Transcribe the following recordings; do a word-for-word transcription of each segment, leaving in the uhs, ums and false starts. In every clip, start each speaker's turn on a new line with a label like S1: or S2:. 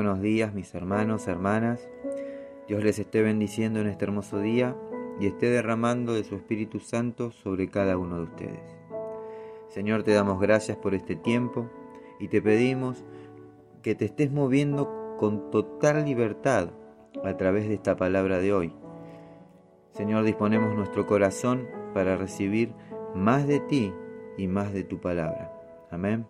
S1: buenos días mis hermanos, hermanas. Dios les esté bendiciendo en este hermoso día y esté derramando de su Espíritu Santo sobre cada uno de ustedes. Señor, te damos gracias por este tiempo y te pedimos que te estés moviendo con total libertad a través de esta palabra de hoy. Señor, disponemos nuestro corazón para recibir más de ti y más de tu palabra. Amén.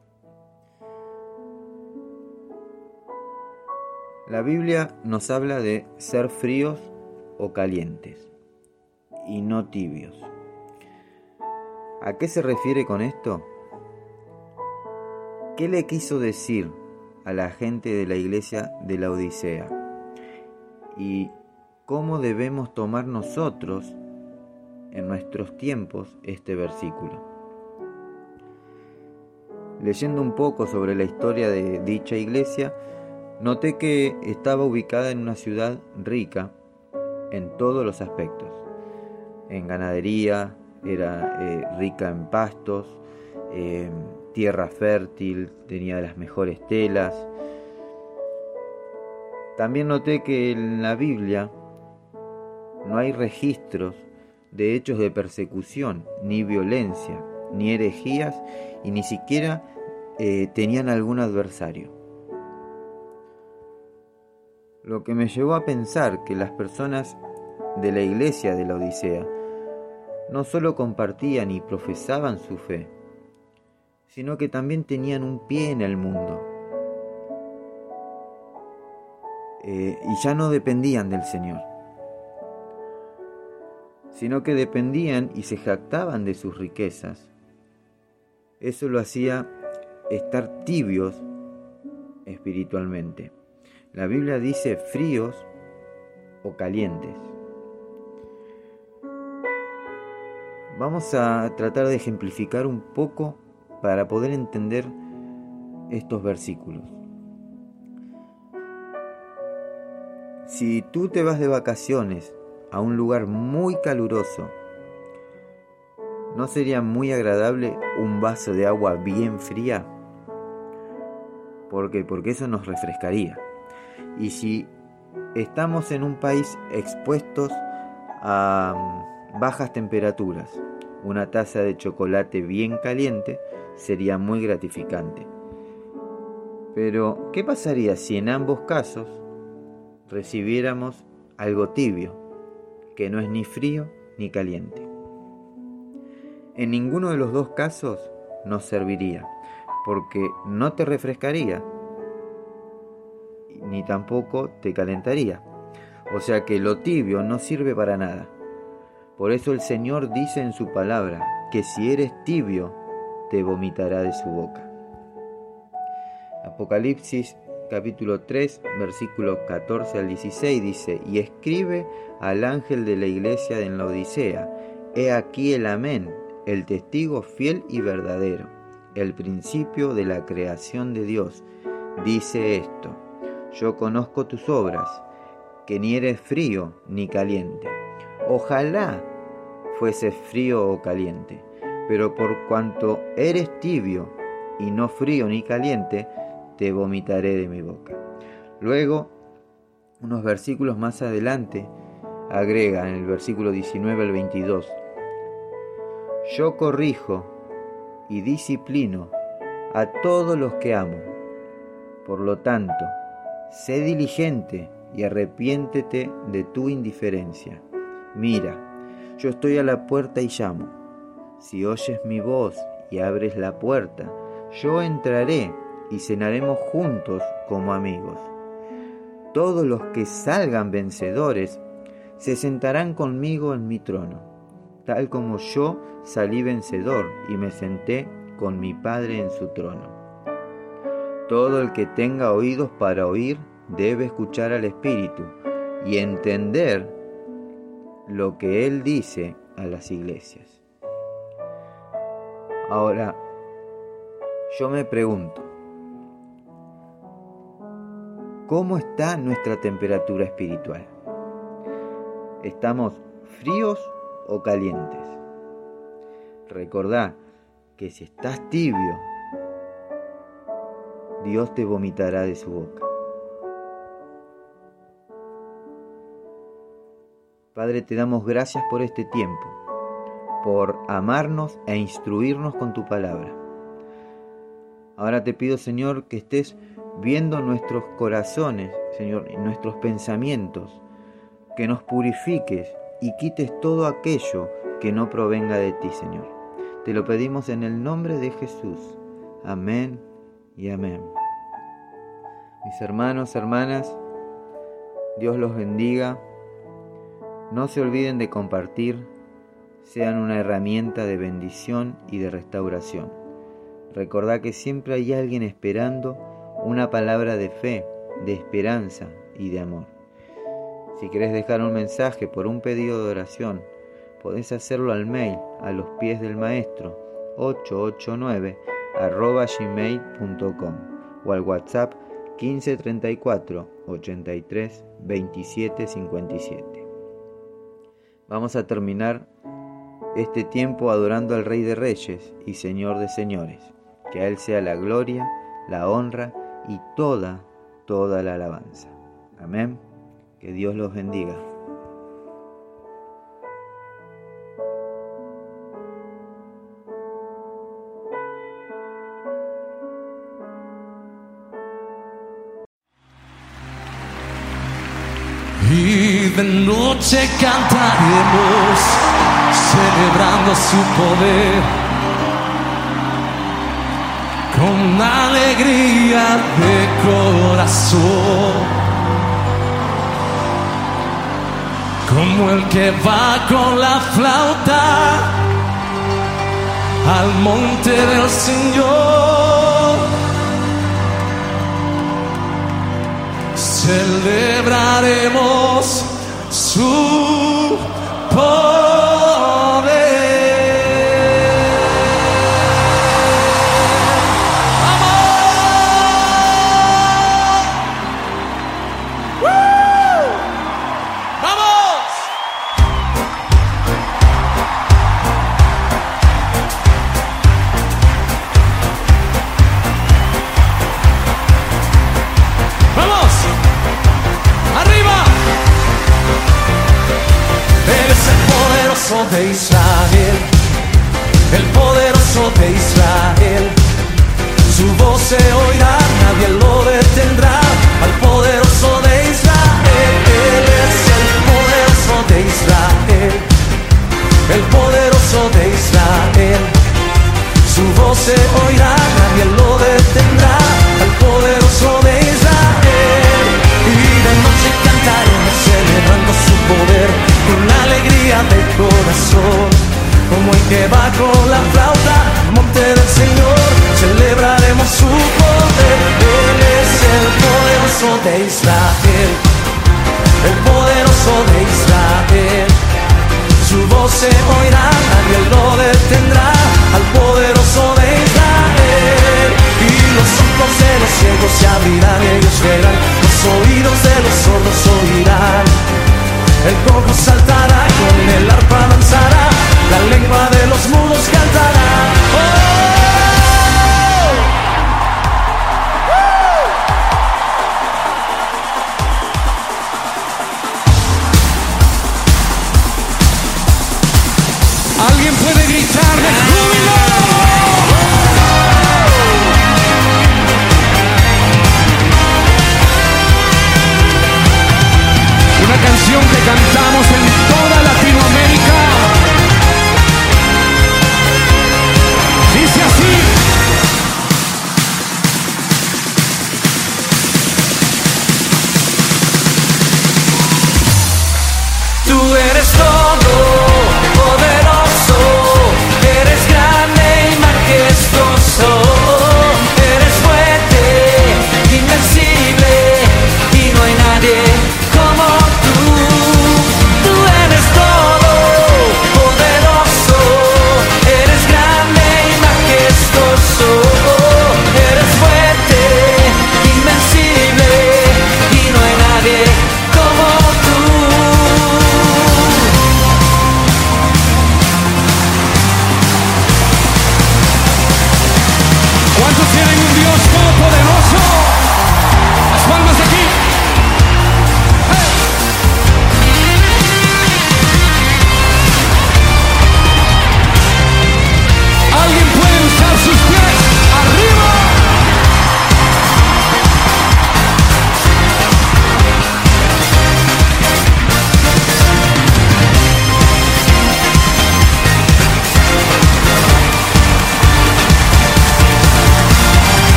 S1: La Biblia nos habla de ser fríos o calientes y no tibios. ¿A qué se refiere con esto? ¿Qué le quiso decir a la gente de la iglesia de la Odisea? ¿Y cómo debemos tomar nosotros en nuestros tiempos este versículo? Leyendo un poco sobre la historia de dicha iglesia, noté que estaba ubicada en una ciudad rica en todos los aspectos. En ganadería, era eh, rica en pastos, eh, tierra fértil, tenía las mejores telas. También noté que en la Biblia no hay registros de hechos de persecución, ni violencia, ni herejías, y ni siquiera eh, tenían algún adversario. Lo que me llevó a pensar que las personas de la iglesia de la Odisea no solo compartían y profesaban su fe, sino que también tenían un pie en el mundo. Eh, y ya no dependían del Señor, sino que dependían y se jactaban de sus riquezas. Eso lo hacía estar tibios espiritualmente. La Biblia dice fríos o calientes. Vamos a tratar de ejemplificar un poco para poder entender estos versículos. Si tú te vas de vacaciones a un lugar muy caluroso, ¿no sería muy agradable un vaso de agua bien fría? ¿Por qué? Porque eso nos refrescaría. Y si estamos en un país expuestos a bajas temperaturas, una taza de chocolate bien caliente sería muy gratificante. Pero, ¿qué pasaría si en ambos casos recibiéramos algo tibio, que no es ni frío ni caliente? En ninguno de los dos casos nos serviría, porque no te refrescaría, ni tampoco te calentaría. O sea que lo tibio no sirve para nada. Por eso el Señor dice en su palabra que si eres tibio, te vomitará de su boca. Apocalipsis capítulo tres, versículo catorce al dieciséis dice: y escribe al ángel de la iglesia en la Odisea: he aquí el amén, el testigo fiel y verdadero, el principio de la creación de Dios. Dice esto: yo conozco tus obras, que ni eres frío ni caliente. Ojalá fuese frío o caliente, pero por cuanto eres tibio y no frío ni caliente, te vomitaré de mi boca. Luego, unos versículos más adelante, agrega en el versículo diecinueve al veintidós: yo corrijo y disciplino a todos los que amo. Por lo tanto, sé diligente y arrepiéntete de tu indiferencia. Mira, yo estoy a la puerta y llamo. Si oyes mi voz y abres la puerta, yo entraré y cenaremos juntos como amigos. Todos los que salgan vencedores se sentarán conmigo en mi trono, tal como yo salí vencedor y me senté con mi Padre en su trono. Todo el que tenga oídos para oír debe escuchar al Espíritu y entender lo que Él dice a las iglesias. Ahora, yo me pregunto, ¿cómo está nuestra temperatura espiritual? ¿Estamos fríos o calientes? Recordá que si estás tibio, Dios te vomitará de su boca. Padre, te damos gracias por este tiempo, por amarnos e instruirnos con tu palabra. Ahora te pido, Señor, que estés viendo nuestros corazones, Señor, y nuestros pensamientos, que nos purifiques y quites todo aquello que no provenga de ti, Señor. Te lo pedimos en el nombre de Jesús. Amén y amén. Mis hermanos, hermanas, Dios los bendiga. No se olviden de compartir, sean una herramienta de bendición y de restauración. Recordá que siempre hay alguien esperando una palabra de fe, de esperanza y de amor. Si querés dejar un mensaje por un pedido de oración, podés hacerlo al mail a los pies del maestro ocho ocho nueve arroba gmail punto com o al WhatsApp quince treinta y cuatro ochenta y tres veintisiete cincuenta y siete. Vamos a terminar este tiempo adorando al Rey de Reyes y Señor de Señores. Que a Él sea la gloria, la honra y toda, toda la alabanza. Amén. Que Dios los bendiga.
S2: Y de noche cantaremos, celebrando su poder, con alegría de corazón, como el que va con la flauta al monte del Señor. Celebraremos su poder. ¡Vamos! ¡Woo! ¡Vamos! ¡Vamos! ¡Arriba! Eres el poderoso de Israel, el poderoso de Israel. Su voz se oirá, nadie lo detendrá. Al poderoso de Israel, Él es el poderoso de Israel, el poderoso de Israel. Su voz se oirá, nadie lo detendrá. Al poderoso de Israel. Y de noche cantaremos celebrando su poder, con alegría de corazón, como el que va con la flauta al monte del Señor. Celebraremos su poder. Él es el poderoso de Israel, el poderoso de Israel. Su voz se oirá, nadie lo detendrá. Al poderoso de Israel. Y los ojos de los ciegos se abrirán, ellos verán, los oídos de los sordos oirán. El cojo saltará, con el arpa danzará, la lengua de los mudos cantará. ¡Oh! ¿Alguien puede gritar de júbilo?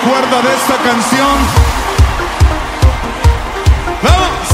S3: acuerda de esta canción? ¡Vamos!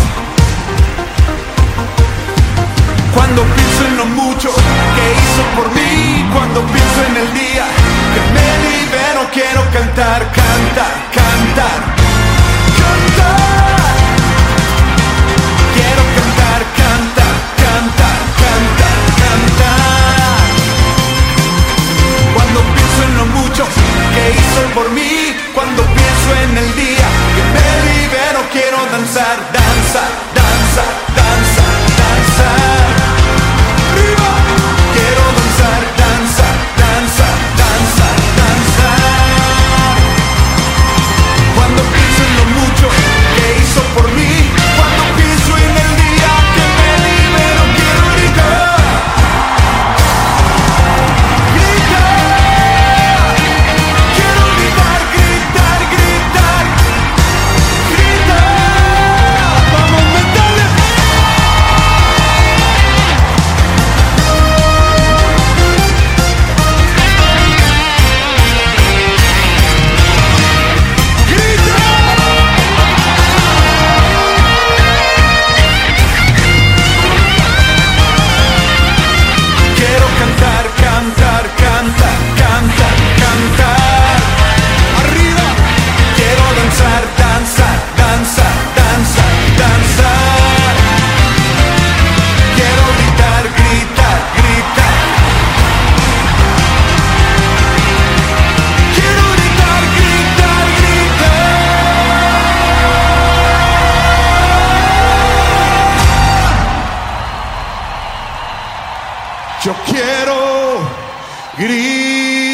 S2: Cuando pienso en lo mucho que hizo por mí, cuando pienso en el día que me libero, quiero cantar, cantar, cantar, cantar. Quiero cantar, cantar, cantar, cantar, cantar. Cuando pienso en lo mucho que hizo por mí, cuando pienso en el día que me libero, quiero danzar, danza, danza, danza, danzar. ¡Viva! Quiero danzar, danza, danza, danza, danzar. Cuando pienso en lo mucho que hizo por mí, cuando pienso en el día que me libero, quiero gritar. Gritar. Quiero gritar, gritar, gritar. Gritar. Vamos, metale. Quiero cantar, cantar, cantar, cantar, cantar. Arriba. Quiero danzar, danzar, danzar, danzar, danzar. Quiero gritar, gritar, gritar. Quiero gritar, gritar, gritar. Yo quiero gritar.